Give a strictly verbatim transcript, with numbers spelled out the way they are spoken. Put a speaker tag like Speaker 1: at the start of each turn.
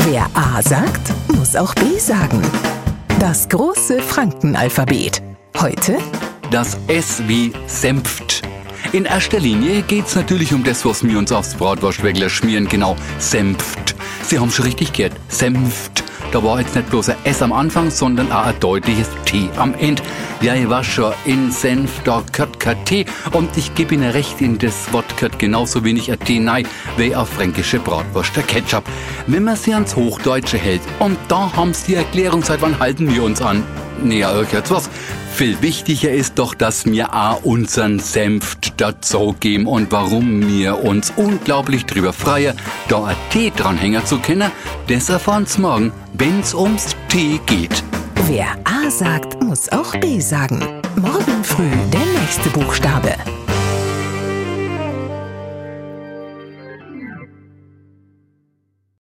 Speaker 1: Wer A sagt, muss auch B sagen. Das große Frankenalphabet. Heute
Speaker 2: das S wie Senft. In erster Linie geht's natürlich um das, was wir uns aufs Bratwurstwägler schmieren, genau, Senft. Sie haben schon richtig gehört, Senft. Da war jetzt nicht bloß ein S am Anfang, sondern auch ein deutliches T am Ende. Ja, ich war schon in Senf, da gehört kein T. Und ich gebe Ihnen recht, in das Wort gehört genauso wenig ein T nein, wie auf fränkische Bratwurst, der Ketchup. Wenn man sie ans Hochdeutsche hält, und da haben Sie die Erklärung, seit wann halten wir uns an? Nee, euch jetzt was. Viel wichtiger ist doch, dass wir auch unseren Senft dazu geben und warum wir uns unglaublich drüber freuen, da ein T dranhängen zu können, das erfahren Sie morgen, wenn's ums T geht.
Speaker 1: wer A sagt, muss auch B sagen. Morgen früh der nächste Buchstabe.